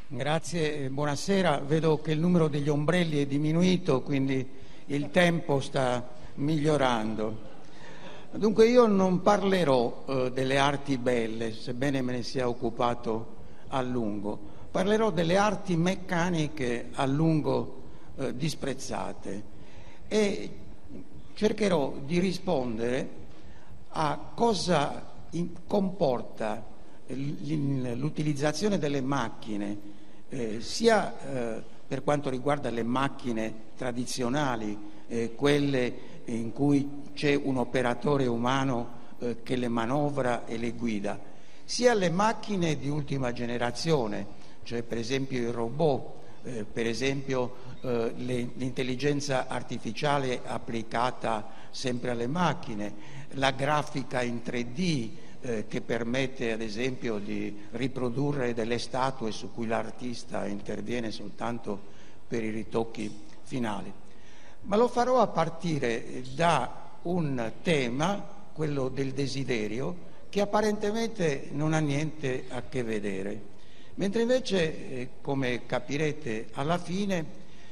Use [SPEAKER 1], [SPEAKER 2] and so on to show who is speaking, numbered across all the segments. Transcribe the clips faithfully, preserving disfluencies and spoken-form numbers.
[SPEAKER 1] Grazie, buonasera. Vedo che il numero degli ombrelli è diminuito, quindi il tempo sta migliorando. Dunque io non parlerò eh, delle arti belle, sebbene me ne sia occupato a lungo. Parlerò delle arti meccaniche a lungo eh, disprezzate e cercherò di rispondere a cosa in, comporta l'utilizzazione delle macchine, eh, sia eh, per quanto riguarda le macchine tradizionali, eh, quelle in cui c'è un operatore umano eh, che le manovra e le guida, sia le macchine di ultima generazione, cioè per esempio i robot, eh, per esempio eh, le, l'intelligenza artificiale applicata sempre alle macchine, la grafica in tre D, Eh, che permette ad esempio di riprodurre delle statue su cui l'artista interviene soltanto per i ritocchi finali. Ma lo farò a partire da un tema, quello del desiderio, che apparentemente non ha niente a che vedere, mentre invece, eh, come capirete alla fine,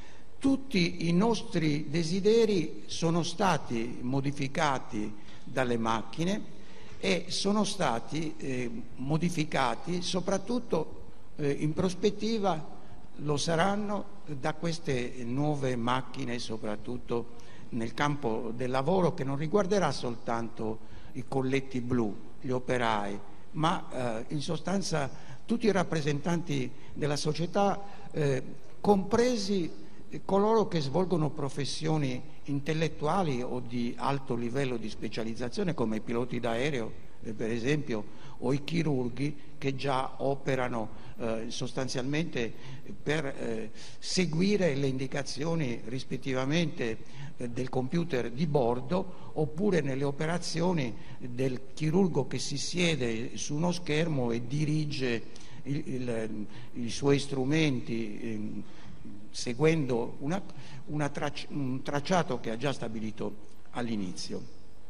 [SPEAKER 1] tutti i nostri desideri sono stati modificati dalle macchine e sono stati eh, modificati soprattutto eh, in prospettiva lo saranno da queste nuove macchine, soprattutto nel campo del lavoro, che non riguarderà soltanto i colletti blu, gli operai, ma eh, in sostanza tutti i rappresentanti della società, eh, compresi coloro che svolgono professioni intellettuali o di alto livello di specializzazione, come i piloti d'aereo, eh, per esempio, o i chirurghi che già operano eh, sostanzialmente per eh, seguire le indicazioni rispettivamente eh, del computer di bordo, oppure nelle operazioni del chirurgo che si siede su uno schermo e dirige il, il, i suoi strumenti eh, seguendo una, una traci, un tracciato che ha già stabilito all'inizio.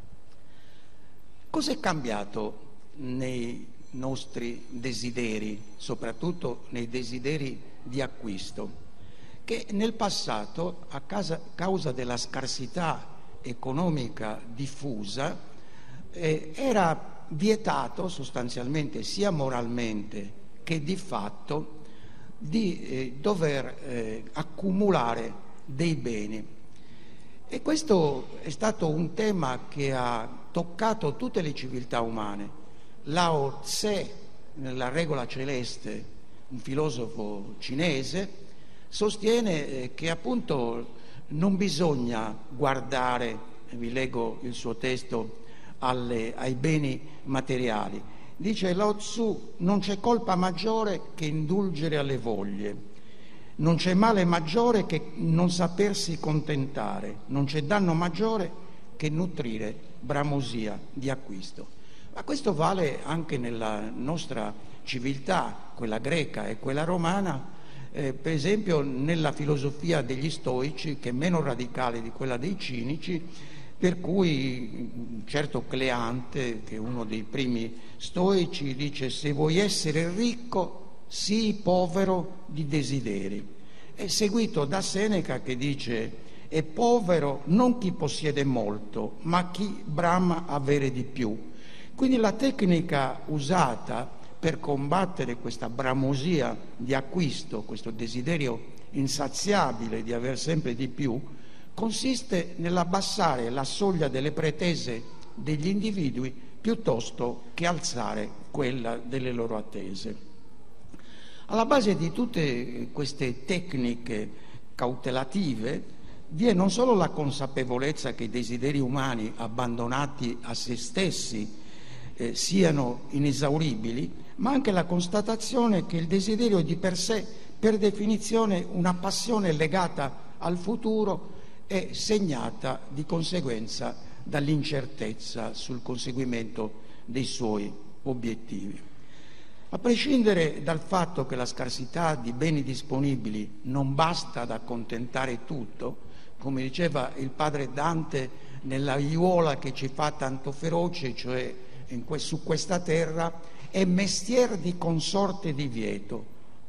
[SPEAKER 1] Cos'è cambiato nei nostri desideri, soprattutto nei desideri di acquisto? Che nel passato, a causa, causa della scarsità economica diffusa, eh, era vietato sostanzialmente, sia moralmente che di fatto, di eh, dover eh, accumulare dei beni. E questo è stato un tema che ha toccato tutte le civiltà umane. Lao Tse, nella regola celeste, un filosofo cinese, sostiene eh, che appunto non bisogna guardare, vi leggo il suo testo, alle, ai beni materiali. Dice Lao Tzu: non c'è colpa maggiore che indulgere alle voglie, non c'è male maggiore che non sapersi contentare, non c'è danno maggiore che nutrire bramosia di acquisto. Ma questo vale anche nella nostra civiltà, quella greca e quella romana, eh, per esempio nella filosofia degli stoici, che è meno radicale di quella dei cinici, per cui certo Cleante, che è uno dei primi stoici, dice: se vuoi essere ricco, sii povero di desideri. È seguito da Seneca, che dice: è povero non chi possiede molto, ma chi brama avere di più. Quindi la tecnica usata per combattere questa bramosia di acquisto, questo desiderio insaziabile di aver sempre di più, consiste nell'abbassare la soglia delle pretese degli individui piuttosto che alzare quella delle loro attese. Alla base di tutte queste tecniche cautelative vi è non solo la consapevolezza che i desideri umani abbandonati a se stessi eh, siano inesauribili, ma anche la constatazione che il desiderio è di per sé, per definizione, una passione legata al futuro, è segnata di conseguenza dall'incertezza sul conseguimento dei suoi obiettivi. A prescindere dal fatto che la scarsità di beni disponibili non basta ad accontentare tutto, come diceva il padre Dante nella aiuola che ci fa tanto feroce, cioè in que- su questa terra, è mestier di consorte divieto,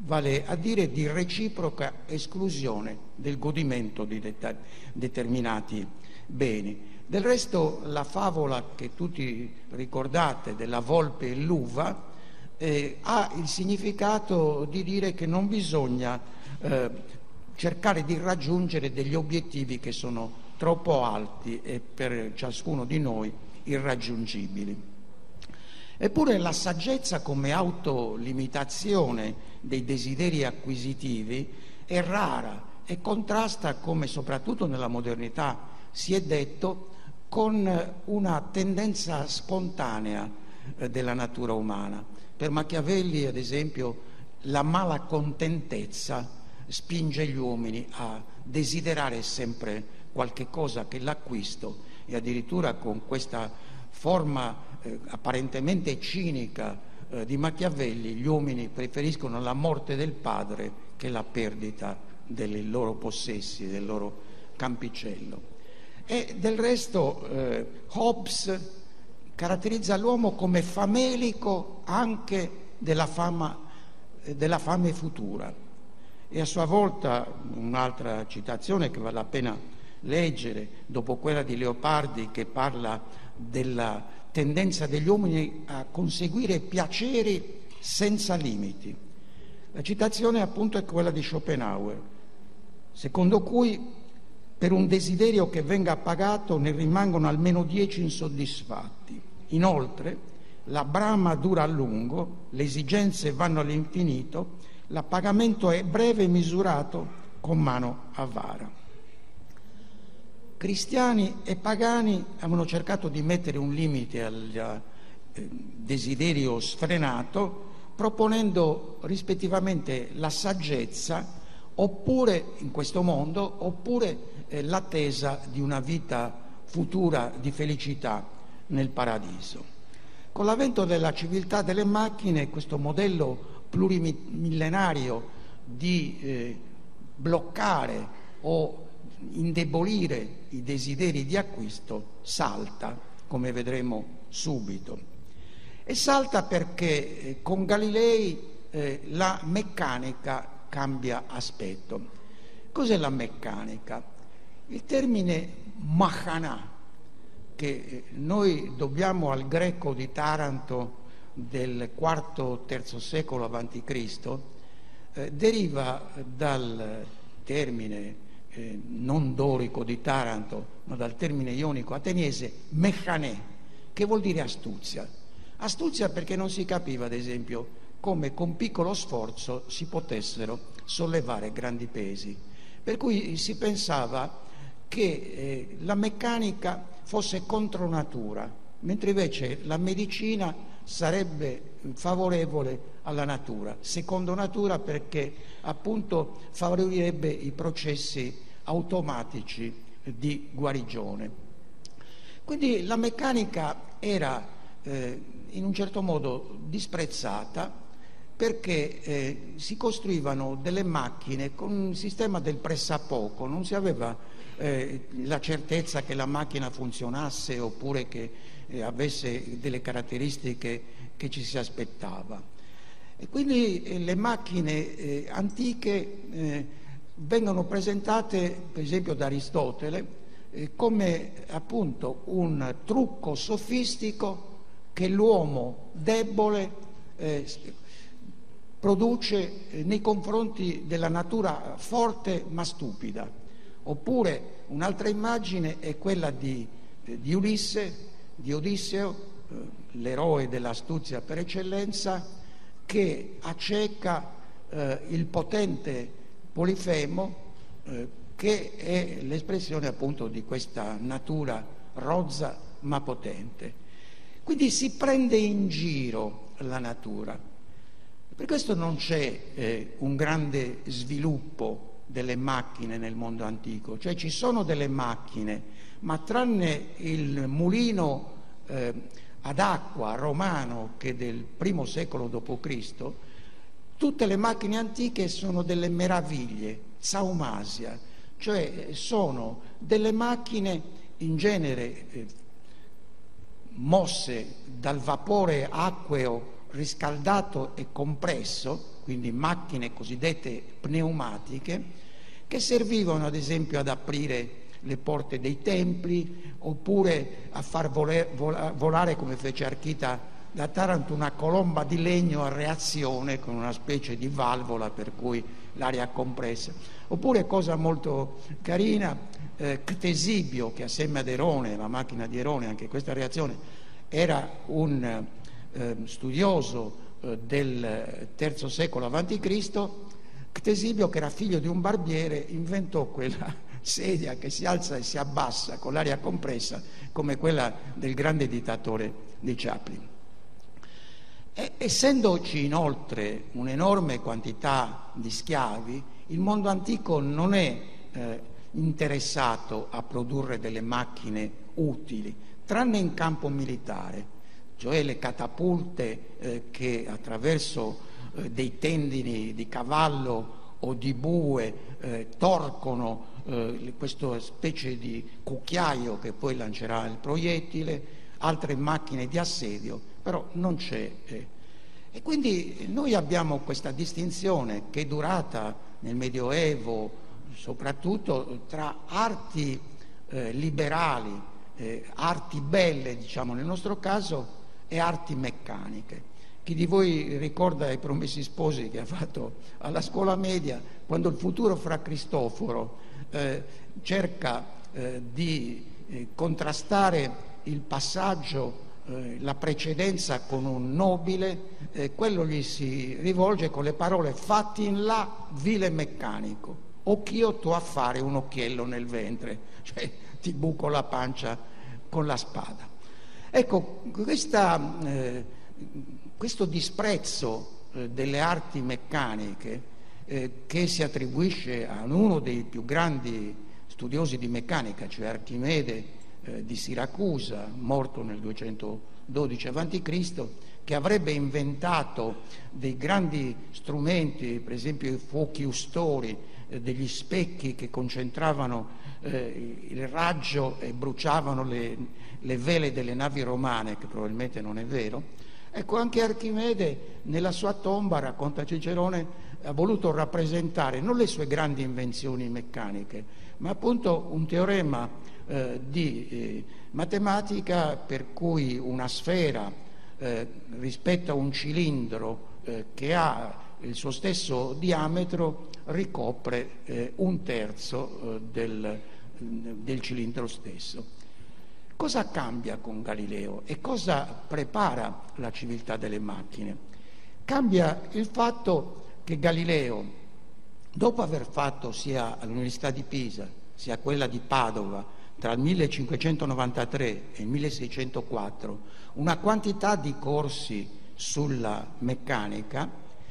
[SPEAKER 1] vale a dire di reciproca esclusione del godimento di det- determinati beni. Del resto la favola che tutti ricordate della volpe e l'uva eh, ha il significato di dire che non bisogna eh, cercare di raggiungere degli obiettivi che sono troppo alti e per ciascuno di noi irraggiungibili. Eppure la saggezza come autolimitazione dei desideri acquisitivi è rara e contrasta, come soprattutto nella modernità si è detto, con una tendenza spontanea eh, della natura umana. Per Machiavelli, ad esempio, la malacontentezza spinge gli uomini a desiderare sempre qualche cosa che l'acquisto, e addirittura con questa forma eh, apparentemente cinica eh, di Machiavelli, gli uomini preferiscono la morte del padre che la perdita dei loro possessi, del loro campicello. E del resto eh, Hobbes caratterizza l'uomo come famelico anche della, fama, eh, della fame futura. E a sua volta un'altra citazione che vale la pena leggere, dopo quella di Leopardi, che parla della tendenza degli uomini a conseguire piaceri senza limiti. La citazione appunto è quella di Schopenhauer, secondo cui per un desiderio che venga pagato ne rimangono almeno dieci insoddisfatti. Inoltre, la brama dura a lungo, le esigenze vanno all'infinito, l'appagamento è breve e misurato con mano avara. Cristiani e pagani avevano cercato di mettere un limite al eh, desiderio sfrenato, proponendo rispettivamente la saggezza oppure in questo mondo, oppure eh, l'attesa di una vita futura di felicità nel paradiso. Con l'avvento della civiltà delle macchine, questo modello plurimillenario di eh, bloccare o indebolire i desideri di acquisto salta, come vedremo subito. E salta perché eh, con Galilei eh, la meccanica cambia aspetto. Cos'è la meccanica? Il termine machanà, che noi dobbiamo al greco di Taranto del quarto terzo secolo avanti Cristo, eh, deriva dal termine eh, non dorico di Taranto, ma dal termine ionico ateniese mechanè, che vuol dire astuzia. Astuzia perché non si capiva, ad esempio, come con piccolo sforzo si potessero sollevare grandi pesi. Per cui si pensava che eh, la meccanica fosse contro natura, mentre invece la medicina sarebbe favorevole alla natura, secondo natura, perché appunto favorirebbe i processi automatici di guarigione. Quindi la meccanica era eh, in un certo modo disprezzata, perché eh, si costruivano delle macchine con un sistema del pressapoco, non si aveva eh, la certezza che la macchina funzionasse oppure che eh, avesse delle caratteristiche che ci si aspettava. E quindi eh, le macchine eh, antiche eh, vengono presentate, per esempio da Aristotele, eh, come appunto un trucco sofistico che l'uomo debole eh, produce nei confronti della natura forte ma stupida. Oppure un'altra immagine è quella di, di Ulisse, di Odisseo, eh, l'eroe dell'astuzia per eccellenza, che acceca eh, il potente Polifemo, eh, che è l'espressione appunto di questa natura rozza ma potente. Quindi si prende in giro la natura. Per questo non c'è eh, un grande sviluppo delle macchine nel mondo antico, cioè ci sono delle macchine, ma tranne il mulino eh, ad acqua romano che è del primo secolo dopo Cristo, tutte le macchine antiche sono delle meraviglie, saumasia, cioè sono delle macchine in genere eh, mosse dal vapore acqueo riscaldato e compresso, quindi macchine cosiddette pneumatiche, che servivano ad esempio ad aprire le porte dei templi, oppure a far voler, volare, come fece Archita da Taranto, una colomba di legno a reazione con una specie di valvola per cui l'aria compressa. Oppure, cosa molto carina, eh, Ctesibio, che assieme ad Erone, la macchina di Erone, anche questa reazione, era un eh, studioso eh, del terzo secolo avanti Cristo. Ctesibio, che era figlio di un barbiere, inventò quella sedia che si alza e si abbassa con l'aria compressa, come quella del grande dittatore di Chaplin. E, essendoci inoltre un'enorme quantità di schiavi, il mondo antico non è eh, interessato a produrre delle macchine utili, tranne in campo militare, cioè le catapulte eh, che attraverso eh, dei tendini di cavallo o di bue eh, torcono eh, questa specie di cucchiaio che poi lancerà il proiettile, altre macchine di assedio, però non c'è. Eh. E quindi noi abbiamo questa distinzione che è durata nel Medioevo, soprattutto tra arti eh, liberali, eh, arti belle, diciamo nel nostro caso, e arti meccaniche. Chi di voi ricorda i Promessi Sposi che ha fatto alla scuola media, quando il futuro Fra Cristoforo eh, cerca eh, di eh, contrastare il passaggio, eh, la precedenza con un nobile, eh, quello gli si rivolge con le parole: fatti in là, vile meccanico, occh'io t'ho a fare un occhiello nel ventre, cioè ti buco la pancia con la spada. Ecco, questa... Eh, Questo disprezzo eh, delle arti meccaniche eh, che si attribuisce a uno dei più grandi studiosi di meccanica, cioè Archimede eh, di Siracusa, morto nel duecentododici avanti Cristo, che avrebbe inventato dei grandi strumenti, per esempio i fuochi ustori, eh, degli specchi che concentravano eh, il raggio e bruciavano le, le vele delle navi romane, che probabilmente non è vero. Ecco, anche Archimede nella sua tomba, racconta Cicerone, ha voluto rappresentare non le sue grandi invenzioni meccaniche, ma appunto un teorema eh, di eh, matematica per cui una sfera eh, rispetto a un cilindro eh, che ha il suo stesso diametro ricopre eh, un terzo eh, del, del cilindro stesso. Cosa cambia con Galileo e cosa prepara la civiltà delle macchine? Cambia il fatto che Galileo, dopo aver fatto sia all'Università di Pisa sia quella di Padova tra il millecinquecentonovantatré e il milleseicentoquattro una quantità di corsi sulla meccanica,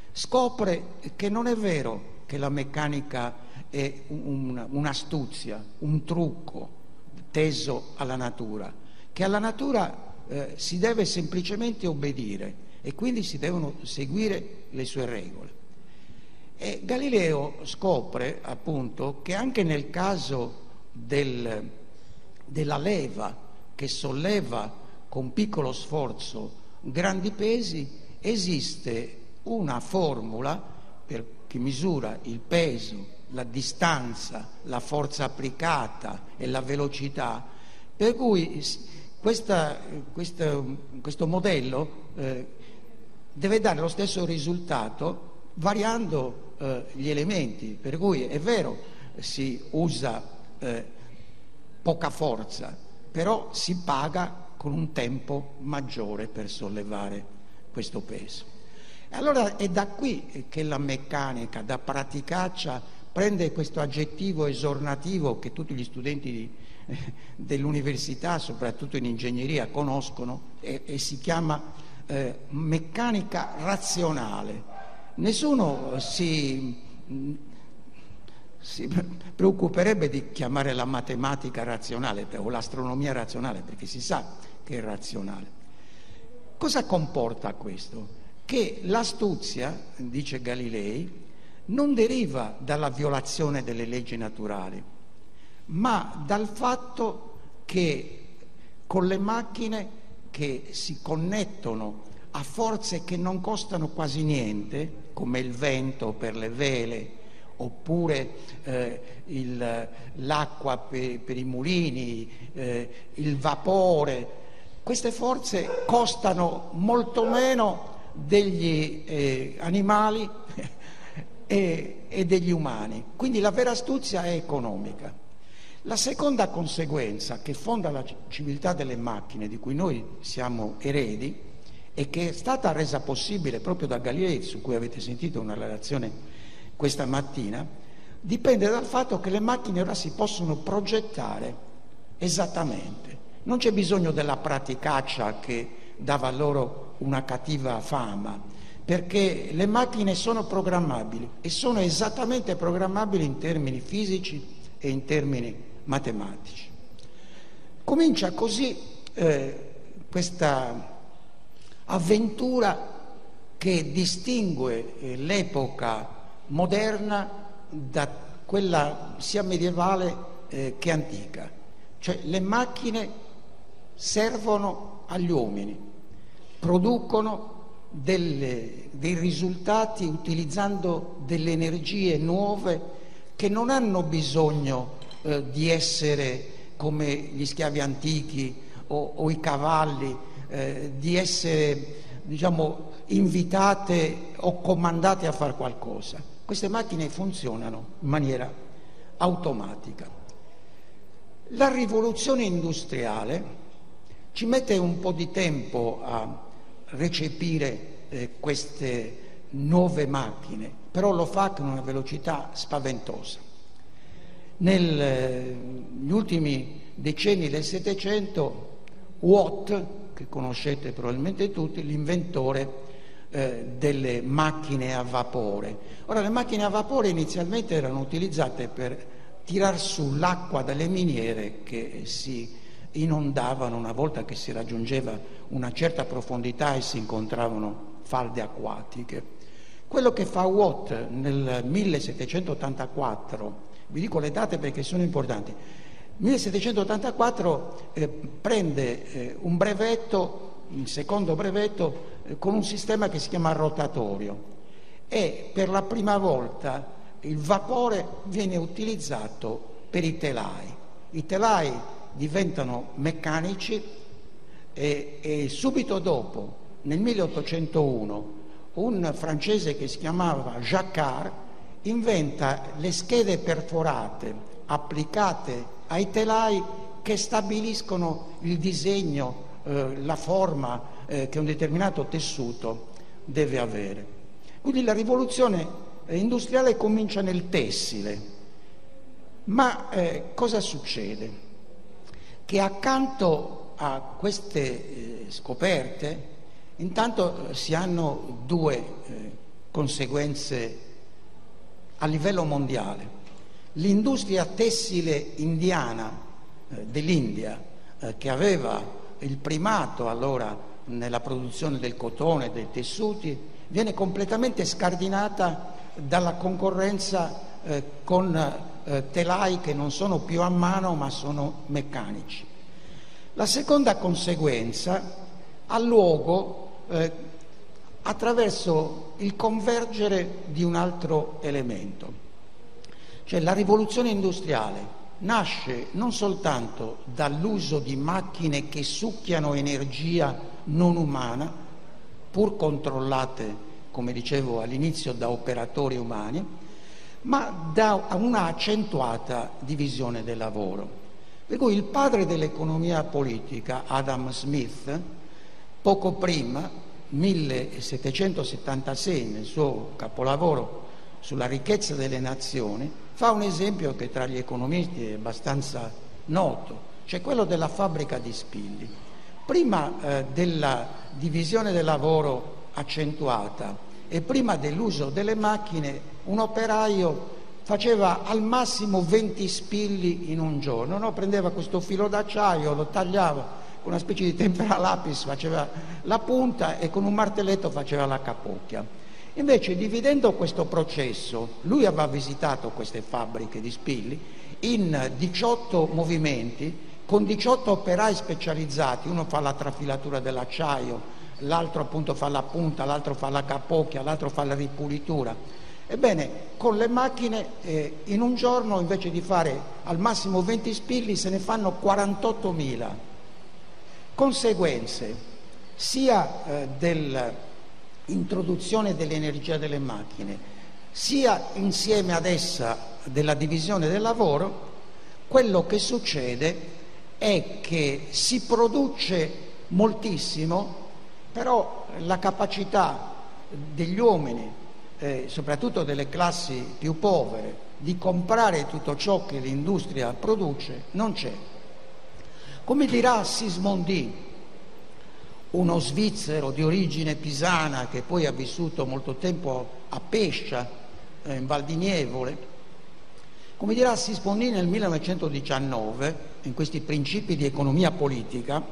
[SPEAKER 1] scopre che non è vero che la meccanica è un, un'astuzia, un trucco teso alla natura, che alla natura eh, si deve semplicemente obbedire e quindi si devono seguire le sue regole. E Galileo scopre appunto che anche nel caso del, della leva che solleva con piccolo sforzo grandi pesi, esiste una formula per, che misura il peso, la distanza, la forza applicata e la velocità, per cui questa, questa, questo modello eh, deve dare lo stesso risultato variando eh, gli elementi, per cui è vero, si usa eh, poca forza, però si paga con un tempo maggiore per sollevare questo peso. E allora è da qui che la meccanica, da praticaccia, prende questo aggettivo esornativo che tutti gli studenti di, eh, dell'università, soprattutto in ingegneria, conoscono e, e si chiama eh, meccanica razionale. Nessuno si, si preoccuperebbe di chiamare la matematica razionale o l'astronomia razionale, perché si sa che è razionale. Cosa comporta questo? Che l'astuzia, dice Galilei, non deriva dalla violazione delle leggi naturali, ma dal fatto che con le macchine che si connettono a forze che non costano quasi niente, come il vento per le vele, oppure eh, il, l'acqua per, per i mulini, eh, il vapore. Queste forze costano molto meno degli eh, animali e, e degli umani. Quindi la vera astuzia è economica. La seconda conseguenza che fonda la civiltà delle macchine, di cui noi siamo eredi, e che è stata resa possibile proprio da Galilei, su cui avete sentito una relazione questa mattina, dipende dal fatto che le macchine ora si possono progettare esattamente. Non c'è bisogno della praticaccia che dava loro una cattiva fama, perché le macchine sono programmabili e sono esattamente programmabili in termini fisici e in termini matematici. Comincia così eh, questa avventura che distingue eh, l'epoca moderna da quella sia medievale eh, che antica. Cioè le macchine servono agli uomini, producono delle, dei risultati utilizzando delle energie nuove che non hanno bisogno eh, di essere come gli schiavi antichi o, o i cavalli, eh, di essere, diciamo, invitate o comandate a fare qualcosa. Queste macchine funzionano in maniera automatica. La rivoluzione industriale ci mette un po' di tempo a recepire eh, queste nuove macchine, però lo fa con una velocità spaventosa. Nel, eh, negli ultimi decenni del Settecento, Watt, che conoscete probabilmente tutti, l'inventore eh, delle macchine a vapore. Ora, le macchine a vapore inizialmente erano utilizzate per tirar su l'acqua dalle miniere che si inondavano una volta che si raggiungeva una certa profondità e si incontravano falde acquatiche. Quello che fa Watt nel millesettecentottantaquattro, vi dico le date perché sono importanti, millesettecentottantaquattro eh, prende eh, un brevetto, il secondo brevetto, eh, con un sistema che si chiama rotatorio, e per la prima volta il vapore viene utilizzato per i telai. I telai diventano meccanici e, e subito dopo, nel milleottocentouno, un francese che si chiamava Jacquard inventa le schede perforate applicate ai telai che stabiliscono il disegno, eh, la forma eh, che un determinato tessuto deve avere. Quindi la rivoluzione industriale comincia nel tessile, ma eh, cosa succede? Che accanto a queste eh, scoperte intanto eh, si hanno due eh, conseguenze a livello mondiale. L'industria tessile indiana eh, dell'India, eh, che aveva il primato allora nella produzione del cotone, dei tessuti, viene completamente scardinata dalla concorrenza eh, con eh, telai che non sono più a mano ma sono meccanici. La seconda conseguenza ha luogo eh, attraverso il convergere di un altro elemento. Cioè la rivoluzione industriale nasce non soltanto dall'uso di macchine che succhiano energia non umana, pur controllate, come dicevo all'inizio, da operatori umani, ma da una accentuata divisione del lavoro. Per cui il padre dell'economia politica, Adam Smith, poco prima, millesettecentosettantasei, nel suo capolavoro sulla ricchezza delle nazioni, fa un esempio che tra gli economisti è abbastanza noto, cioè quello della fabbrica di spilli. Prima eh, della divisione del lavoro accentuata e prima dell'uso delle macchine, un operaio faceva al massimo venti spilli in un giorno, no? Prendeva questo filo d'acciaio, lo tagliava con una specie di temperalapis, faceva la punta e con un martelletto faceva la capocchia. Invece, dividendo questo processo, lui aveva visitato queste fabbriche di spilli in diciotto movimenti con diciotto operai specializzati. Uno fa la trafilatura dell'acciaio, l'altro appunto fa la punta, l'altro fa la capocchia, l'altro fa la ripulitura. Ebbene, con le macchine eh, in un giorno invece di fare al massimo venti spilli se ne fanno quarantottomila. Conseguenze sia eh, dell'introduzione dell'energia delle macchine, sia insieme ad essa della divisione del lavoro, quello che succede è che si produce moltissimo, però la capacità degli uomini, eh, soprattutto delle classi più povere, di comprare tutto ciò che l'industria produce non c'è. Come dirà Sismondi, uno svizzero di origine pisana che poi ha vissuto molto tempo a Pescia, eh, in Val di Nievole, come dirà Sismondi nel millenovecentodiciannove, in questi principi di economia politica,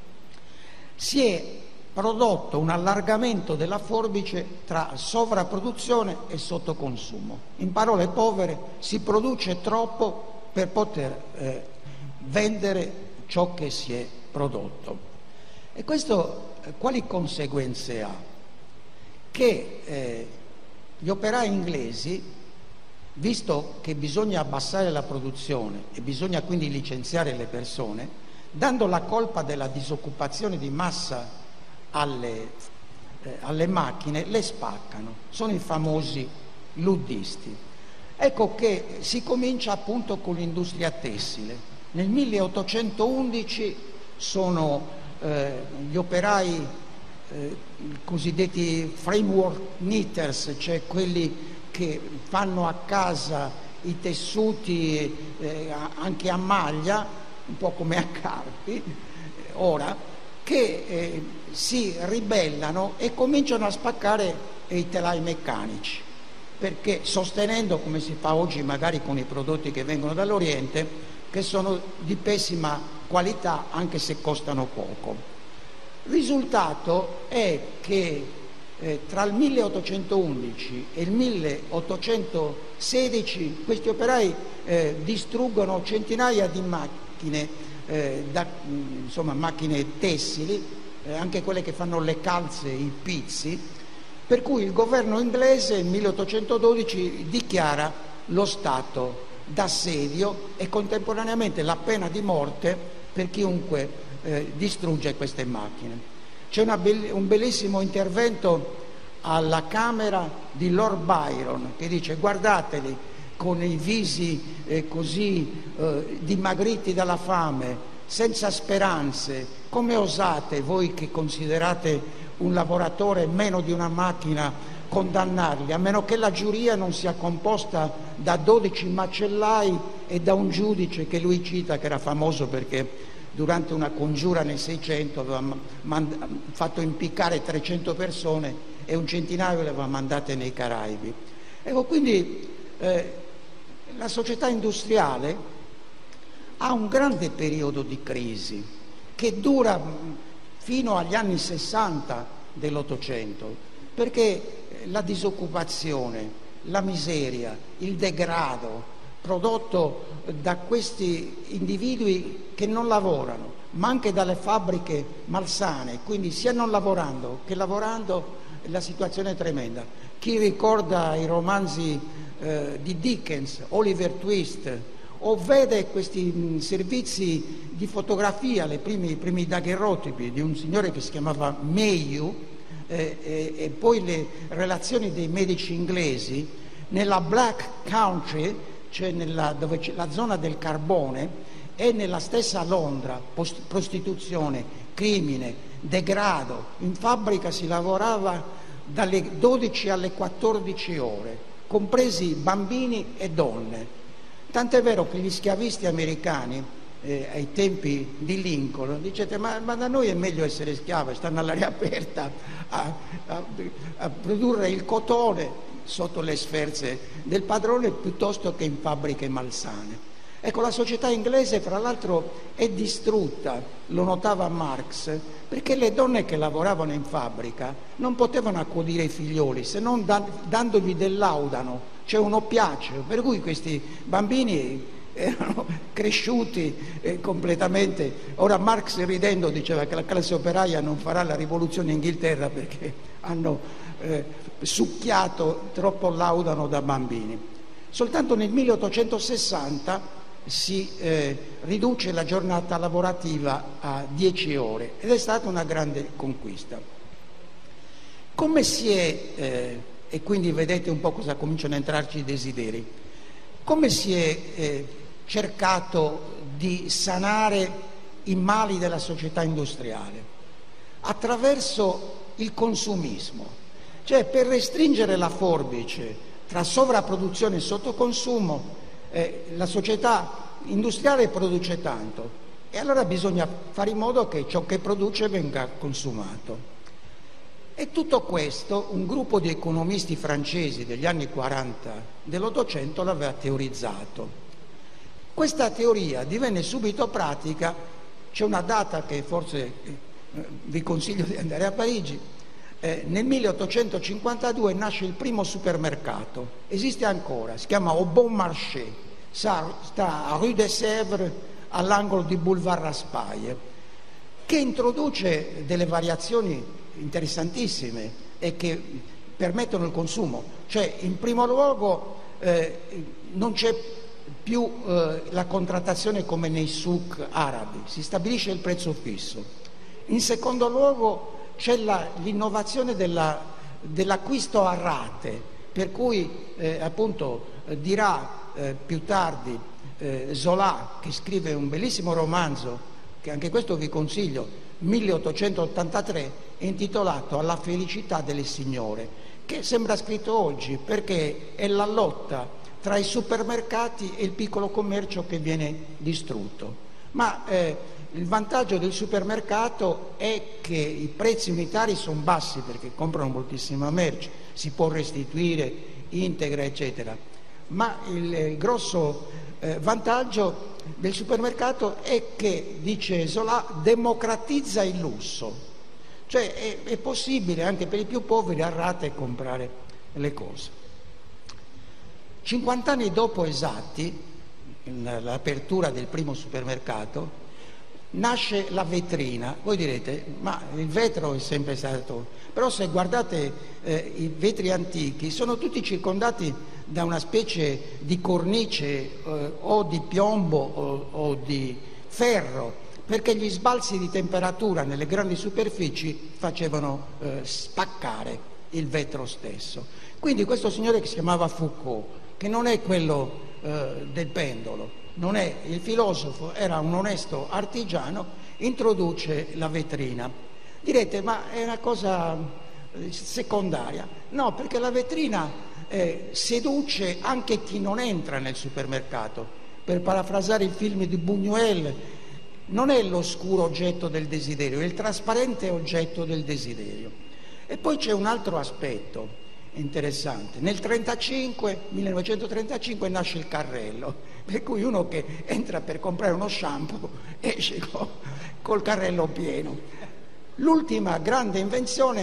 [SPEAKER 1] si è prodotto un allargamento della forbice tra sovrapproduzione e sottoconsumo. In parole povere, si produce troppo per poter eh, vendere ciò che si è prodotto. E questo eh, quali conseguenze ha? Che eh, gli operai inglesi, visto che bisogna abbassare la produzione e bisogna quindi licenziare le persone, dando la colpa della disoccupazione di massa alle, eh, alle macchine, le spaccano. Sono i famosi luddisti. Ecco che si comincia appunto con l'industria tessile. Nel milleottocentoundici sono eh, gli operai eh, cosiddetti framework knitters, cioè quelli che fanno a casa i tessuti eh, anche a maglia, un po' come a Carpi, ora, che eh, si ribellano e cominciano a spaccare i telai meccanici, perché sostenendo, come si fa oggi magari con i prodotti che vengono dall'Oriente, che sono di pessima qualità anche se costano poco. Il risultato è che eh, tra il milleottocentoundici e il milleottocentosedici questi operai eh, distruggono centinaia di macchine, eh, da, insomma macchine tessili, eh, anche quelle che fanno le calze, i pizzi, per cui il governo inglese nel milleottocentododici dichiara lo stato d'assedio e contemporaneamente la pena di morte per chiunque eh, distrugge queste macchine. C'è una be- un bellissimo intervento alla Camera di Lord Byron che dice: guardateli con i visi eh, così eh, dimagriti dalla fame, senza speranze, come osate voi che considerate un lavoratore meno di una macchina condannarli, a meno che la giuria non sia composta da dodici macellai e da un giudice che lui cita, che era famoso perché durante una congiura nel Seicento aveva mand- fatto impiccare trecento persone e un centinaio le aveva mandate nei Caraibi. Ecco, quindi eh, la società industriale ha un grande periodo di crisi che dura fino agli anni sessanta dell'Ottocento, perché la disoccupazione, la miseria, il degrado prodotto da questi individui che non lavorano, ma anche dalle fabbriche malsane, quindi sia non lavorando che lavorando, la situazione è tremenda. Chi ricorda i romanzi eh, di Dickens, Oliver Twist, o vede questi mh, servizi di fotografia, le primi, i primi daguerrotipi di un signore che si chiamava Mayhew, eh, eh, e poi le relazioni dei medici inglesi, nella Black Country, cioè nella, dove c'è la zona del carbone, e nella stessa Londra, post- prostituzione, crimine, degrado. In fabbrica si lavorava dalle dodici alle quattordici ore, compresi bambini e donne. Tant'è vero che gli schiavisti americani, eh, ai tempi di Lincoln, dicete ma, ma da noi è meglio essere schiavi, stanno all'aria aperta a, a, a produrre il cotone sotto le sferze del padrone piuttosto che in fabbriche malsane. Ecco, la società inglese fra l'altro è distrutta, lo notava Marx, perché le donne che lavoravano in fabbrica non potevano accudire i figlioli se non da, dandogli del laudano, cioè un oppiaceo, per cui questi bambini erano cresciuti eh, completamente. Ora Marx, ridendo, diceva che la classe operaia non farà la rivoluzione in Inghilterra perché hanno eh, succhiato troppo laudano da bambini. Soltanto nel milleottocentosessanta si eh, riduce la giornata lavorativa a dieci ore ed è stata una grande conquista. Come si è, eh, e quindi vedete un po' cosa cominciano a entrarci i desideri, come si è eh, cercato di sanare i mali della società industriale? Attraverso il consumismo, cioè per restringere la forbice tra sovrapproduzione e sottoconsumo. Eh, la società industriale produce tanto e allora bisogna fare in modo che ciò che produce venga consumato. E tutto questo un gruppo di economisti francesi degli anni quaranta dell'Ottocento l'aveva teorizzato. Questa teoria divenne subito pratica. C'è una data che forse eh, vi consiglio di andare a Parigi. Eh, nel milleottocentocinquantadue nasce il primo supermercato, esiste ancora, si chiama Au Bon Marché, sta a Rue de Sèvres all'angolo di Boulevard Raspail, che introduce delle variazioni interessantissime e che permettono il consumo. Cioè, in primo luogo eh, non c'è più eh, la contrattazione come nei souk arabi, si stabilisce il prezzo fisso. In secondo luogo c'è la, l'innovazione della, dell'acquisto a rate, per cui eh, appunto eh, dirà eh, più tardi eh, Zola, che scrive un bellissimo romanzo, che anche questo vi consiglio, milleottocentottantatré, è intitolato Alla felicità delle signore, che sembra scritto oggi perché è la lotta tra i supermercati e il piccolo commercio che viene distrutto. Ma eh, il vantaggio del supermercato è che i prezzi unitari sono bassi perché comprano moltissima merce, si può restituire integra, eccetera. Ma il, il grosso eh, vantaggio del supermercato è che, dice Zola, democratizza il lusso. Cioè è, è possibile anche per i più poveri a rate comprare le cose. cinquant'anni dopo esatti, l'apertura del primo supermercato, nasce la vetrina. Voi direte, ma il vetro è sempre stato... Però se guardate eh, i vetri antichi sono tutti circondati da una specie di cornice eh, o di piombo o, o di ferro, perché gli sbalzi di temperatura nelle grandi superfici facevano eh, spaccare il vetro stesso. Quindi questo signore che si chiamava Foucault, che non è quello eh, del pendolo, non è il filosofo, era un onesto artigiano, introduce la vetrina. Direte, ma è una cosa secondaria? No, perché la vetrina eh, seduce anche chi non entra nel supermercato. Per parafrasare il film di Buñuel, non è l'oscuro oggetto del desiderio, è il trasparente oggetto del desiderio. E poi c'è un altro aspetto interessante. Nel trentacinque, millenovecentotrentacinque nasce il carrello, per cui uno che entra per comprare uno shampoo esce col carrello pieno. L'ultima grande invenzione,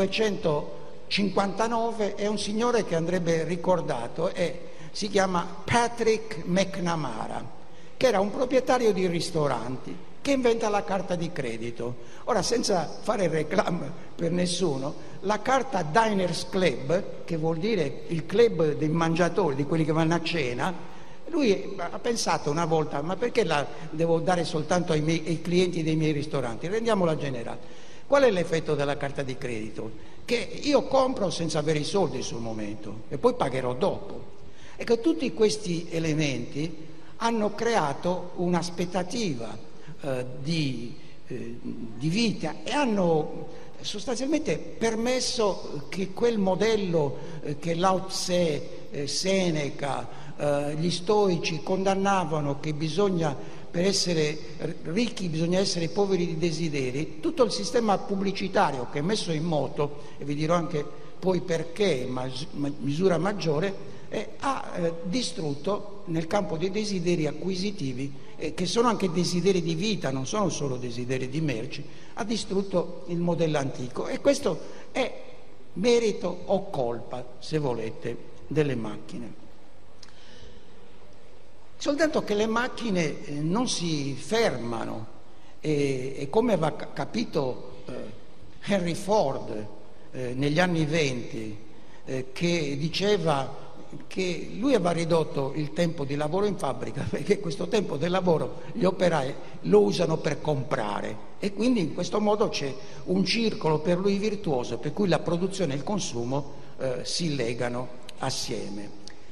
[SPEAKER 1] millenovecentocinquantanove, è un signore che andrebbe ricordato, è, si chiama Patrick McNamara, che era un proprietario di ristoranti, che inventa la carta di credito. Ora, senza fare reclame per nessuno, la carta Diners Club, che vuol dire il club dei mangiatori, di quelli che vanno a cena, lui ha pensato una volta, ma perché la devo dare soltanto ai, miei, ai clienti dei miei ristoranti? Rendiamola generale. Qual è l'effetto della carta di credito? Che io compro senza avere i soldi sul momento e poi pagherò dopo. E che tutti questi elementi hanno creato un'aspettativa eh, di, eh, di vita e hanno sostanzialmente permesso che quel modello eh, che Lao Tse, eh, Seneca, eh, gli stoici condannavano, che bisogna, per essere ricchi bisogna essere poveri di desideri, tutto il sistema pubblicitario che è messo in moto, e vi dirò anche poi perché, ma misura maggiore, eh, ha eh, distrutto nel campo dei desideri acquisitivi, eh, che sono anche desideri di vita, non sono solo desideri di merci, ha distrutto il modello antico. E questo è merito o colpa, se volete, delle macchine. soltanto che le macchine eh, non si fermano e, e come aveva capito eh, Henry Ford eh, negli anni venti, eh, che diceva che lui aveva ridotto il tempo di lavoro in fabbrica perché questo tempo del lavoro gli operai lo usano per comprare, e quindi in questo modo c'è un circolo per lui virtuoso per cui la produzione e il consumo eh, si legano assieme.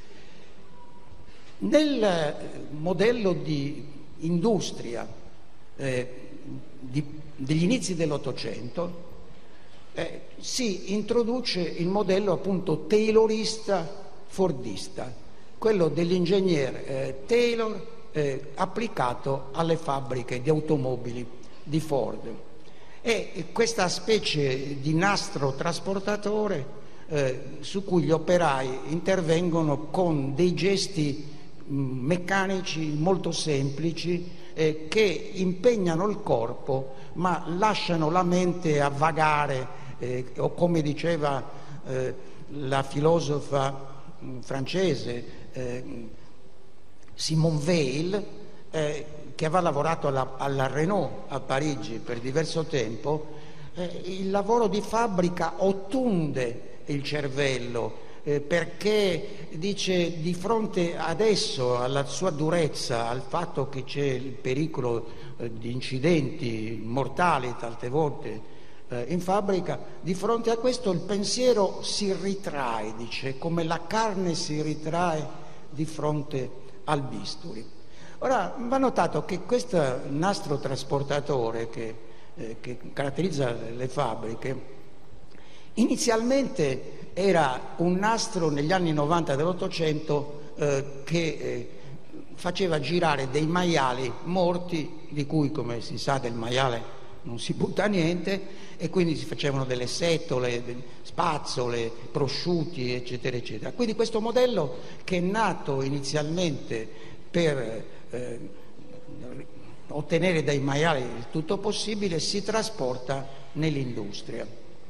[SPEAKER 1] Nel modello di industria eh, di, degli inizi dell'Ottocento eh, si introduce il modello appunto taylorista fordista, quello dell'ingegner eh, Taylor eh, applicato alle fabbriche di automobili di Ford. E questa specie di nastro trasportatore eh, su cui gli operai intervengono con dei gesti mh, meccanici molto semplici eh, che impegnano il corpo ma lasciano la mente a vagare, eh, o come diceva eh, la filosofa francese eh, Simone Weil, eh, che aveva lavorato alla, alla Renault a Parigi per diverso tempo, eh, il lavoro di fabbrica ottunde il cervello eh, perché dice, di fronte adesso alla sua durezza, al fatto che c'è il pericolo eh, di incidenti mortali tante volte in fabbrica, di fronte a questo il pensiero si ritrae, dice, come la carne si ritrae di fronte al bisturi. Ora, va notato che questo nastro trasportatore che, eh, che caratterizza le fabbriche inizialmente era un nastro negli anni novanta dell'Ottocento eh, che eh, faceva girare dei maiali morti, di cui, come si sa, del maiale non si butta niente, e quindi si facevano delle setole, spazzole, prosciutti, eccetera, eccetera. Quindi questo modello, che è nato inizialmente per eh, ottenere dai maiali il tutto possibile, si trasporta nell'industria.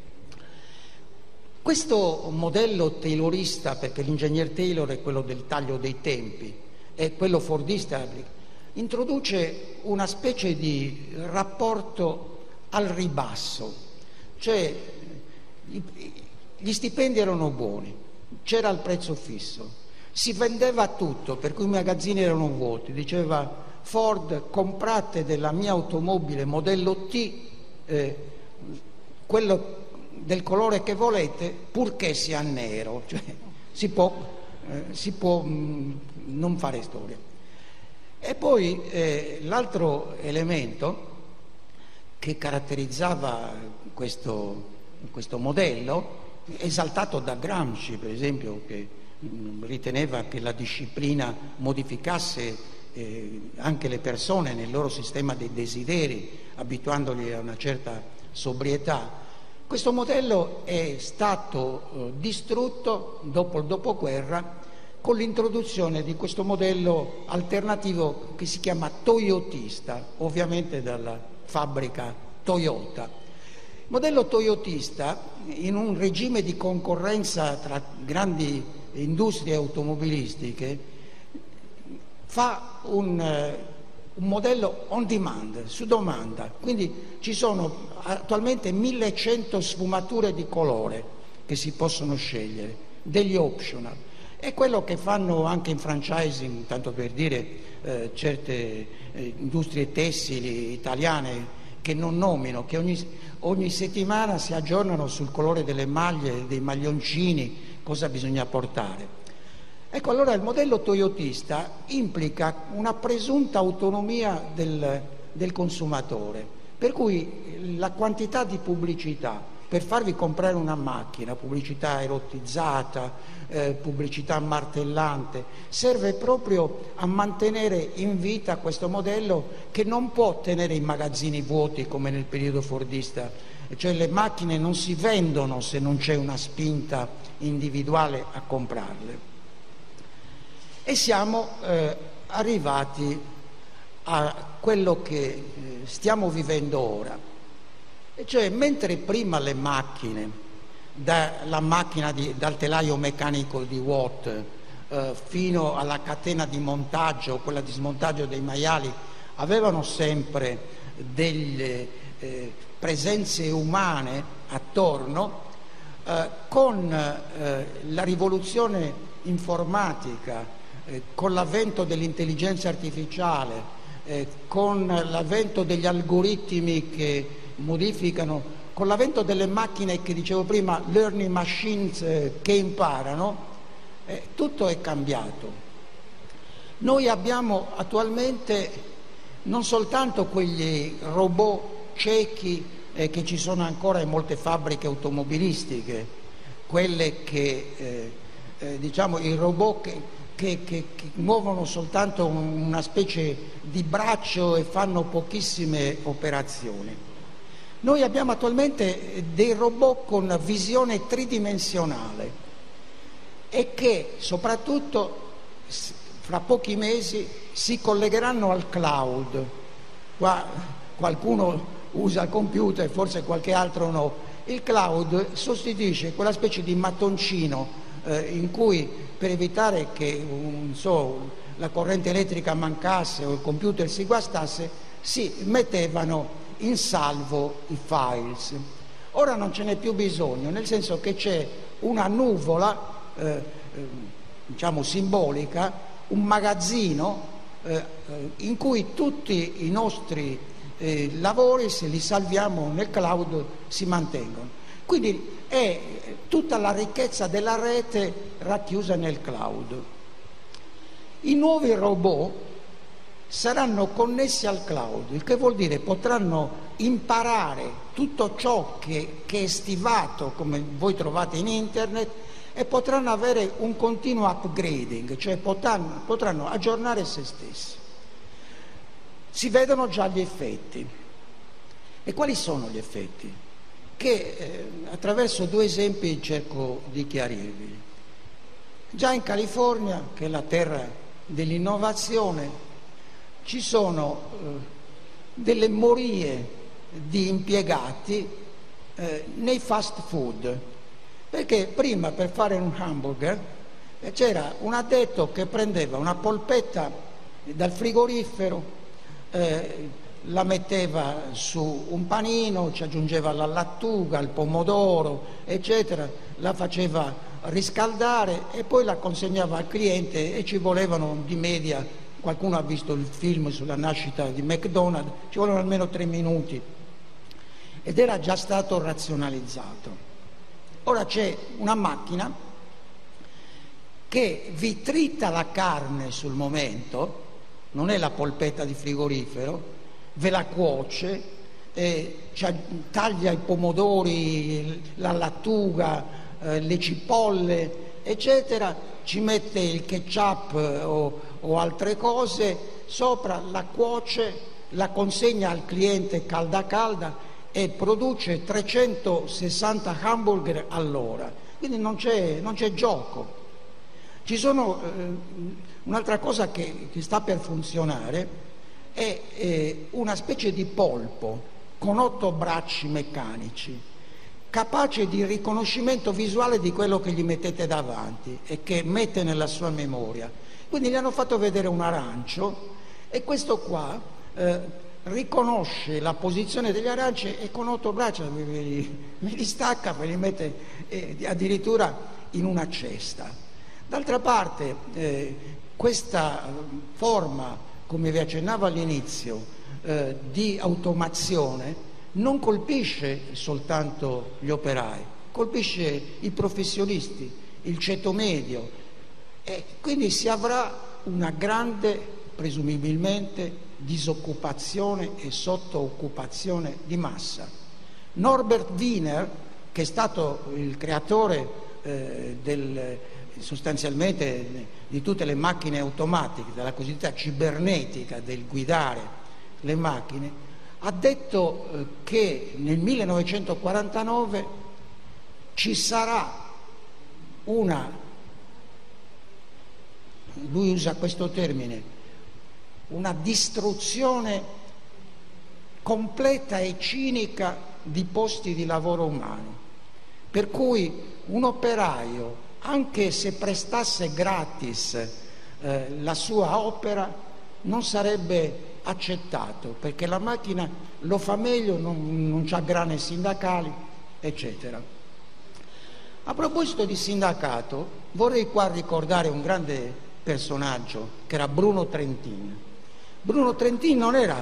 [SPEAKER 1] Questo modello taylorista, perché l'ingegner Taylor è quello del taglio dei tempi, e quello fordista introduce una specie di rapporto al ribasso, cioè gli stipendi erano buoni, c'era il prezzo fisso, si vendeva tutto, per cui i magazzini erano vuoti. Diceva Ford: comprate della mia automobile modello T, eh, quello del colore che volete, purché sia nero, cioè si può, eh, si può mh, non fare storia. E poi eh, l'altro elemento che caratterizzava questo, questo modello, esaltato da Gramsci per esempio, che mh, riteneva che la disciplina modificasse eh, anche le persone nel loro sistema dei desideri, abituandoli a una certa sobrietà. Questo modello è stato eh, distrutto dopo il dopoguerra con l'introduzione di questo modello alternativo che si chiama toyotista, ovviamente dalla fabbrica Toyota. Il modello toyotista, in un regime di concorrenza tra grandi industrie automobilistiche, fa un, un modello on demand, su domanda, quindi ci sono attualmente millecento sfumature di colore che si possono scegliere, degli optional. È quello che fanno anche in franchising, tanto per dire, eh, certe eh, industrie tessili italiane che non nomino, che ogni, ogni settimana si aggiornano sul colore delle maglie, dei maglioncini, cosa bisogna portare. Ecco, allora il modello toyotista implica una presunta autonomia del, del consumatore, per cui la quantità di pubblicità per farvi comprare una macchina, pubblicità erotizzata, eh, pubblicità martellante, serve proprio a mantenere in vita questo modello che non può tenere i magazzini vuoti come nel periodo fordista, cioè le macchine non si vendono se non c'è una spinta individuale a comprarle. E siamo eh, arrivati a quello che eh, stiamo vivendo ora. E cioè, mentre prima le macchine, dalla macchina di, dal telaio meccanico di Watt, eh, fino alla catena di montaggio, quella di smontaggio dei maiali, avevano sempre delle eh, presenze umane attorno, eh, con eh, la rivoluzione informatica, eh, con l'avvento dell'intelligenza artificiale, eh, con l'avvento degli algoritmi che modificano, con l'avvento delle macchine che dicevo prima, learning machines eh, che imparano, eh, tutto è cambiato. Noi abbiamo attualmente non soltanto quegli robot ciechi eh, che ci sono ancora in molte fabbriche automobilistiche, quelle che, eh, eh, diciamo, i robot che, che, che, che muovono soltanto una specie di braccio e fanno pochissime operazioni. Noi abbiamo attualmente dei robot con visione tridimensionale e che soprattutto fra pochi mesi si collegheranno al cloud. Qua qualcuno usa il computer, forse qualche altro no. Il cloud sostituisce quella specie di mattoncino eh, in cui, per evitare che non so, la corrente elettrica mancasse o il computer si guastasse, si mettevano in salvo i files. Ora non ce n'è più bisogno, nel senso che c'è una nuvola eh, eh, diciamo simbolica, un magazzino eh, in cui tutti i nostri eh, lavori, se li salviamo nel cloud, si mantengono. Quindi è tutta la ricchezza della rete racchiusa nel cloud. I nuovi robot saranno connessi al cloud, il che vuol dire potranno imparare tutto ciò che, che è stivato, come voi trovate in internet, e potranno avere un continuo upgrading, cioè potranno, potranno aggiornare se stessi. Si vedono già gli effetti. E quali sono gli effetti? Che eh, attraverso due esempi cerco di chiarirvi. Già in California, che è la terra dell'innovazione, ci sono eh, delle morie di impiegati eh, nei fast food, perché prima per fare un hamburger eh, c'era un addetto che prendeva una polpetta dal frigorifero, eh, la metteva su un panino, ci aggiungeva la lattuga, il pomodoro, eccetera, la faceva riscaldare e poi la consegnava al cliente, e ci volevano di media, qualcuno ha visto il film sulla nascita di McDonald's, ci volevano almeno tre minuti ed era già stato razionalizzato. Ora c'è una macchina che vi trita la carne sul momento, non è la polpetta di frigorifero, ve la cuoce, eh, taglia i pomodori, la lattuga, eh, le cipolle, eccetera, ci mette il ketchup eh, o, o altre cose sopra, la cuoce, la consegna al cliente calda calda e produce trecentosessanta hamburger all'ora. Quindi non c'è, non c'è gioco. Ci sono eh, un'altra cosa che, che sta per funzionare, è eh, una specie di polpo con otto bracci meccanici, capace di riconoscimento visuale di quello che gli mettete davanti e che mette nella sua memoria. Quindi gli hanno fatto vedere un arancio e questo qua eh, riconosce la posizione degli aranci e con otto braccia me li, me li stacca, me li mette eh, addirittura in una cesta. D'altra parte eh, questa forma, come vi accennavo all'inizio, eh, di automazione non colpisce soltanto gli operai, colpisce i professionisti, il ceto medio, e quindi si avrà una grande, presumibilmente, disoccupazione e sottooccupazione di massa. Norbert Wiener, che è stato il creatore eh, del, sostanzialmente di tutte le macchine automatiche, della cosiddetta cibernetica del guidare le macchine, ha detto eh, che nel millenovecentoquarantanove ci sarà una, lui usa questo termine, una distruzione completa e cinica di posti di lavoro umano, per cui un operaio anche se prestasse gratis eh, la sua opera, non sarebbe accettato, perché la macchina lo fa meglio, non, non c'ha grane sindacali, eccetera. A proposito di sindacato, vorrei qua ricordare un grande personaggio che era Bruno Trentin. Bruno Trentin non era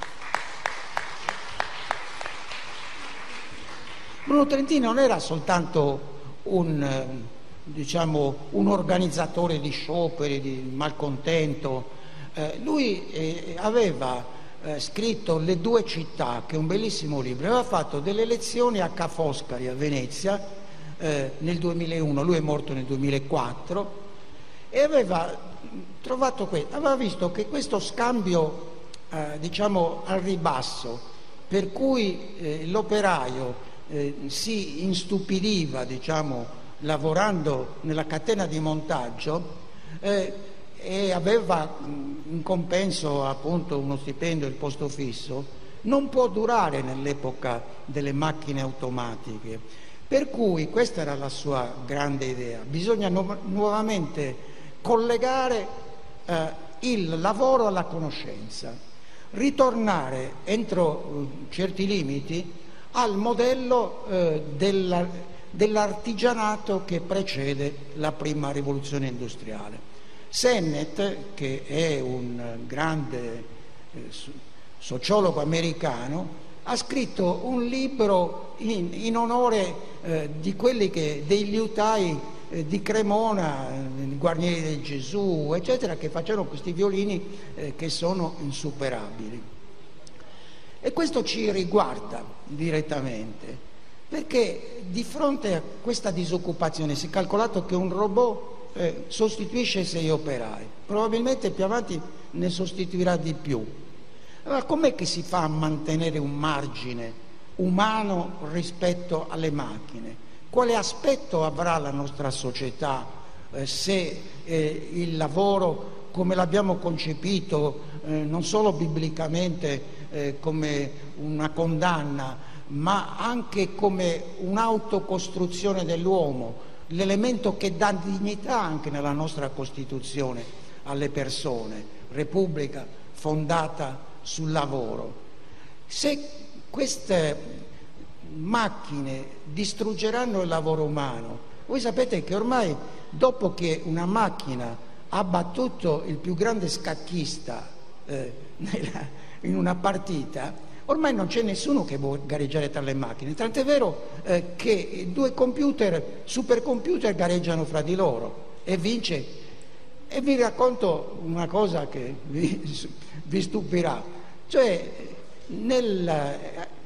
[SPEAKER 1] Bruno Trentin non era soltanto un, diciamo, un organizzatore di scioperi, di malcontento. Eh, lui eh, aveva eh, scritto Le due città, che è un bellissimo libro. Aveva fatto delle lezioni a Ca' Foscari a Venezia eh, nel duemilauno, lui è morto nel duemilaquattro, e aveva trovato questo, aveva visto che questo scambio eh, diciamo al ribasso, per cui eh, l'operaio eh, si instupidiva, diciamo, lavorando nella catena di montaggio, eh, e aveva in compenso appunto uno stipendio, il posto fisso, non può durare nell'epoca delle macchine automatiche. Per cui questa era la sua grande idea: bisogna nu- nuovamente collegare eh, il lavoro alla conoscenza, ritornare entro eh, certi limiti al modello eh, della, dell'artigianato che precede la prima rivoluzione industriale. Sennett, che è un grande eh, sociologo americano, ha scritto un libro in, in onore eh, di quelli che, dei liutai eh, di Cremona, eh, Guarnieri del Gesù, eccetera, che facevano questi violini eh, che sono insuperabili. E questo ci riguarda direttamente, perché di fronte a questa disoccupazione si è calcolato che un robot eh, sostituisce sei operai, probabilmente più avanti ne sostituirà di più. Allora, com'è che si fa a mantenere un margine umano rispetto alle macchine? Quale aspetto avrà la nostra società eh, se eh, il lavoro, come l'abbiamo concepito, eh, non solo biblicamente eh, come una condanna, ma anche come un'autocostruzione dell'uomo, l'elemento che dà dignità anche nella nostra Costituzione alle persone, Repubblica fondata sul lavoro. Se queste macchine distruggeranno il lavoro umano, voi sapete che ormai, dopo che una macchina ha battuto il più grande scacchista eh, nella, in una partita, ormai non c'è nessuno che può gareggiare tra le macchine, tant'è vero eh, che due computer, supercomputer, gareggiano fra di loro e vince. E vi racconto una cosa che vi, vi stupirà, cioè nel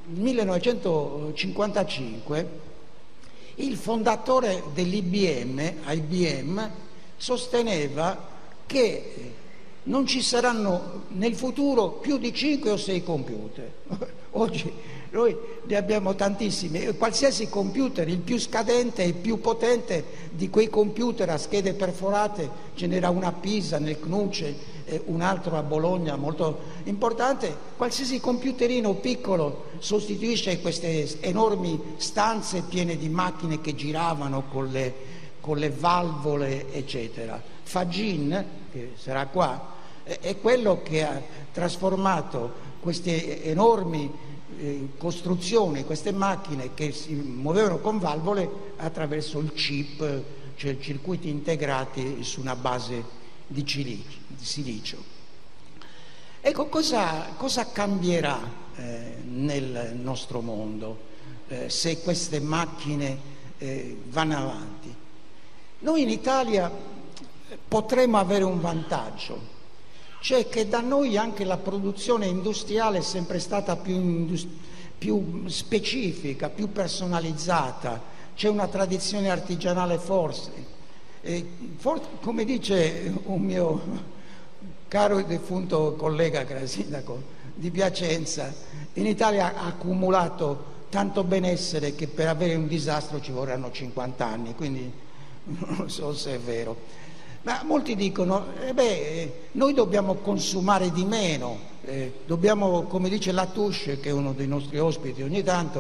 [SPEAKER 1] millenovecentocinquantacinque il fondatore dell'I B M, I B M, sosteneva che non ci saranno nel futuro più di cinque o sei computer. Oggi noi ne abbiamo tantissimi, e qualsiasi computer, il più scadente e il più potente di quei computer a schede perforate, ce n'era una a Pisa, nel C N U C E, eh, un altro a Bologna molto importante. Qualsiasi computerino piccolo sostituisce queste enormi stanze piene di macchine che giravano con le, con le valvole, eccetera. Fagin, che sarà qua, è quello che ha trasformato queste enormi eh, costruzioni, queste macchine che si muovevano con valvole attraverso il chip, cioè circuiti integrati su una base di silicio. Di silicio. Ecco, cosa, cosa cambierà eh, nel nostro mondo eh, se queste macchine eh, vanno avanti? Noi in Italia potremo avere un vantaggio, cioè che da noi anche la produzione industriale è sempre stata più, indust- più specifica, più personalizzata, c'è una tradizione artigianale forse. E for- come dice un mio caro e defunto collega che era sindaco di Piacenza, in Italia ha accumulato tanto benessere che per avere un disastro ci vorranno cinquanta anni, quindi non so se è vero. Ma molti dicono, eh beh, noi dobbiamo consumare di meno, eh, dobbiamo, come dice Latouche, che è uno dei nostri ospiti ogni tanto,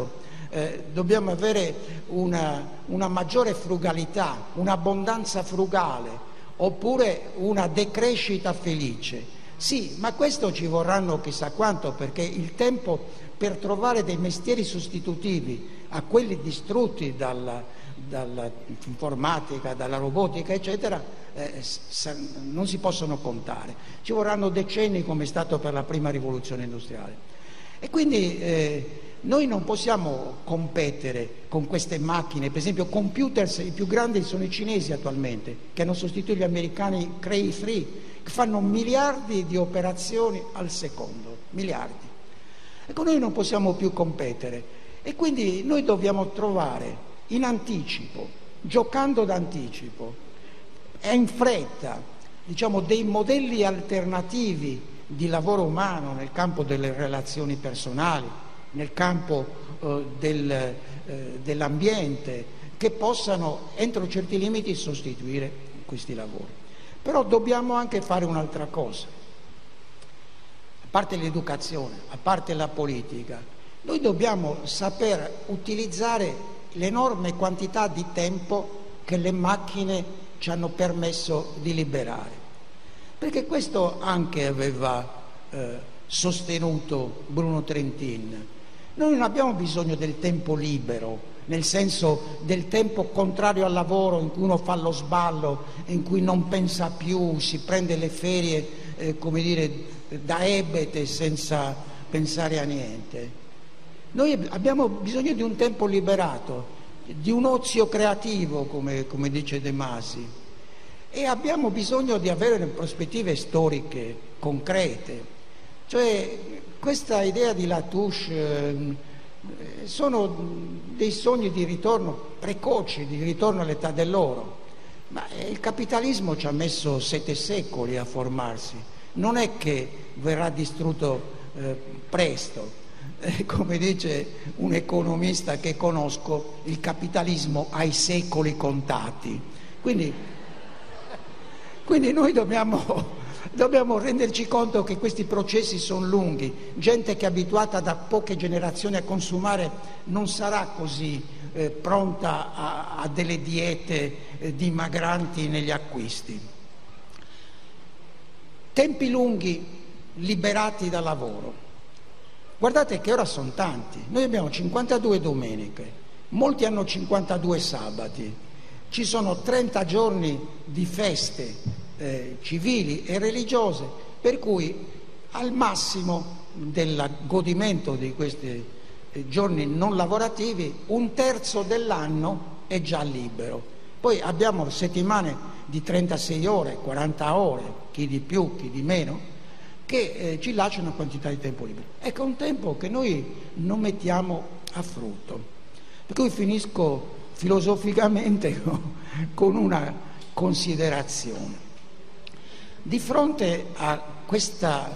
[SPEAKER 1] eh, dobbiamo avere una, una maggiore frugalità, un'abbondanza frugale, oppure una decrescita felice. Sì, ma questo ci vorranno chissà quanto, perché il tempo per trovare dei mestieri sostitutivi a quelli distrutti dalla, dall'informatica, dalla robotica, eccetera, eh, non si possono contare. Ci vorranno decenni, come è stato per la prima rivoluzione industriale. E quindi eh, noi non possiamo competere con queste macchine. Per esempio, computers, i più grandi sono i cinesi attualmente, che hanno sostituito gli americani Cray tre, che fanno miliardi di operazioni al secondo, miliardi. Ecco, noi non possiamo più competere e quindi noi dobbiamo trovare in anticipo, giocando d'anticipo e in fretta, diciamo, dei modelli alternativi di lavoro umano nel campo delle relazioni personali, nel campo eh, del, eh, dell'ambiente, che possano entro certi limiti sostituire questi lavori. Però dobbiamo anche fare un'altra cosa, a parte l'educazione, a parte la politica, noi dobbiamo saper utilizzare l'enorme quantità di tempo che le macchine ci hanno permesso di liberare, perché questo anche aveva eh, sostenuto Bruno Trentin. Noi non abbiamo bisogno del tempo libero, nel senso del tempo contrario al lavoro, in cui uno fa lo sballo, in cui non pensa più, si prende le ferie, eh, come dire, da ebete senza pensare a niente. Noi abbiamo bisogno di un tempo liberato, di un ozio creativo, come, come dice De Masi, e abbiamo bisogno di avere prospettive storiche concrete. Cioè, questa idea di Latouche eh, sono dei sogni di ritorno precoci, di ritorno all'età dell'oro, ma il capitalismo ci ha messo sette secoli a formarsi, non è che verrà distrutto eh, presto. Eh, come dice un economista che conosco, il capitalismo ha i secoli contati, quindi, quindi noi dobbiamo Dobbiamo renderci conto che questi processi sono lunghi. Gente che è abituata da poche generazioni a consumare non sarà così eh, pronta a, a delle diete eh, dimagranti negli acquisti. Tempi lunghi liberati dal lavoro. Guardate che ora sono tanti. Noi abbiamo cinquantadue domeniche, molti hanno cinquantadue sabati, ci sono trenta giorni di feste Eh, civili e religiose, per cui al massimo del godimento di questi eh, giorni non lavorativi un terzo dell'anno è già libero. Poi abbiamo settimane di trentasei ore, quaranta ore, chi di più, chi di meno, che eh, ci lasciano una quantità di tempo libero. Ecco, un tempo che noi non mettiamo a frutto. Per cui finisco filosoficamente con una considerazione. Di fronte a questa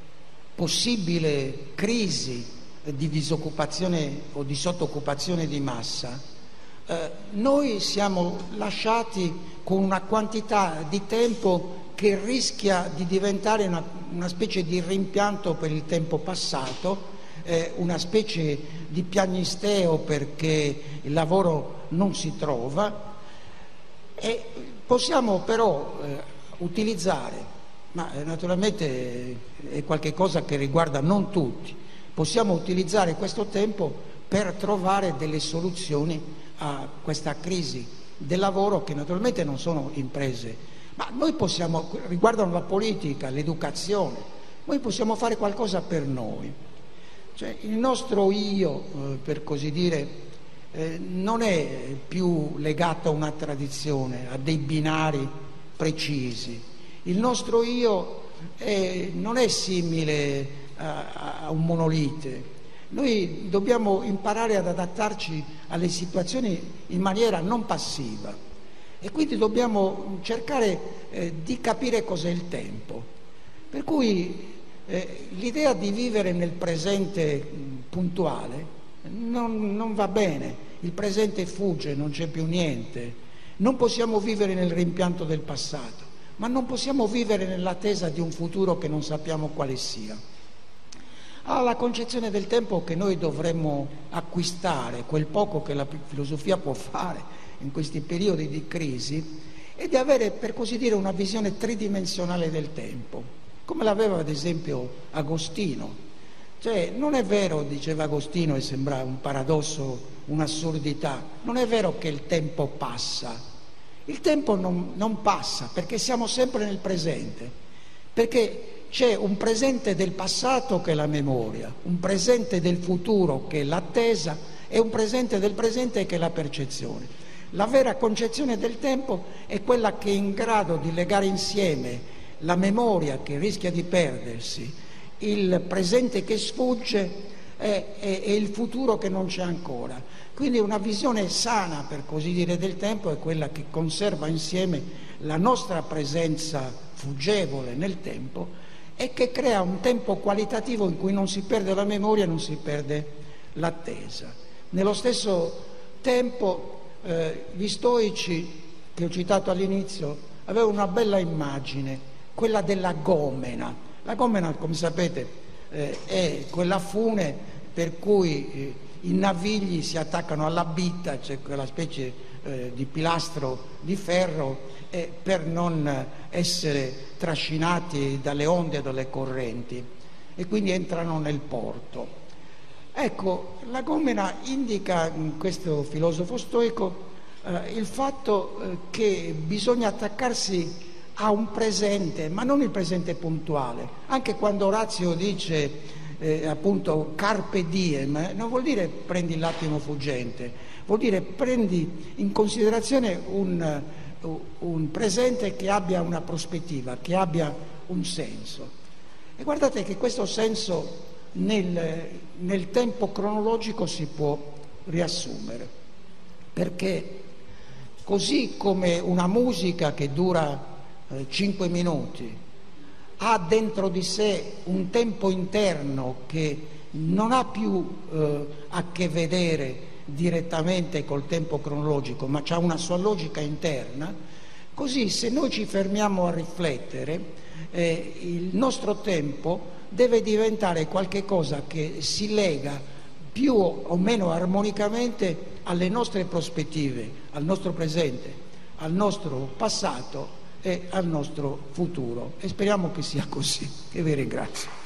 [SPEAKER 1] possibile crisi di disoccupazione o di sottoccupazione di massa, eh, noi siamo lasciati con una quantità di tempo che rischia di diventare una, una specie di rimpianto per il tempo passato, eh, una specie di piagnisteo perché il lavoro non si trova, e possiamo però eh, utilizzare, ma naturalmente è qualcosa che riguarda non tutti, possiamo utilizzare questo tempo per trovare delle soluzioni a questa crisi del lavoro, che naturalmente non sono imprese, ma noi possiamo, riguardano la politica, l'educazione, noi possiamo fare qualcosa per noi. Cioè, il nostro io, eh, per così dire, eh, non è più legato a una tradizione, a dei binari precisi. Il nostro io è, non è simile a, a un monolite. Noi dobbiamo imparare ad adattarci alle situazioni in maniera non passiva e quindi dobbiamo cercare eh, di capire cos'è il tempo. Per cui eh, l'idea di vivere nel presente mh, puntuale non, non va bene. Il presente fugge, non c'è più niente. Non possiamo vivere nel rimpianto del passato, ma non possiamo vivere nell'attesa di un futuro che non sappiamo quale sia. alla concezione del tempo che noi dovremmo acquistare, quel poco che la filosofia può fare in questi periodi di crisi, e di avere, per così dire, una visione tridimensionale del tempo, come l'aveva ad esempio Agostino. Cioè, non è vero, diceva Agostino, e sembra un paradosso, un'assurdità, non è vero che il tempo passa. Il tempo non, non passa perché siamo sempre nel presente, perché c'è un presente del passato che è la memoria, un presente del futuro che è l'attesa e un presente del presente che è la percezione. La vera concezione del tempo è quella che è in grado di legare insieme la memoria che rischia di perdersi, il presente che sfugge e, e, e il futuro che non c'è ancora. Quindi una visione sana, per così dire, del tempo è quella che conserva insieme la nostra presenza fuggevole nel tempo e che crea un tempo qualitativo in cui non si perde la memoria e non si perde l'attesa. Nello stesso tempo eh, gli stoici, che ho citato all'inizio, avevano una bella immagine, quella della gomena. La gomena, come sapete, eh, è quella fune per cui eh, i navigli si attaccano alla bitta, cioè quella specie eh, di pilastro di ferro, eh, per non essere trascinati dalle onde e dalle correnti, e quindi entrano nel porto. Ecco, la gomena indica in questo filosofo stoico eh, il fatto eh, che bisogna attaccarsi a un presente, ma non il presente puntuale. Anche quando Orazio dice eh, appunto carpe diem, eh, non vuol dire prendi l'attimo fuggente, vuol dire prendi in considerazione un, un presente che abbia una prospettiva, che abbia un senso. E guardate che questo senso nel, nel tempo cronologico si può riassumere, perché così come una musica che dura cinque minuti ha dentro di sé un tempo interno che non ha più eh, a che vedere direttamente col tempo cronologico, ma ha una sua logica interna, così se noi ci fermiamo a riflettere, eh, il nostro tempo deve diventare qualche cosa che si lega più o meno armonicamente alle nostre prospettive, al nostro presente, al nostro passato e al nostro futuro, e speriamo che sia così. E vi ringrazio.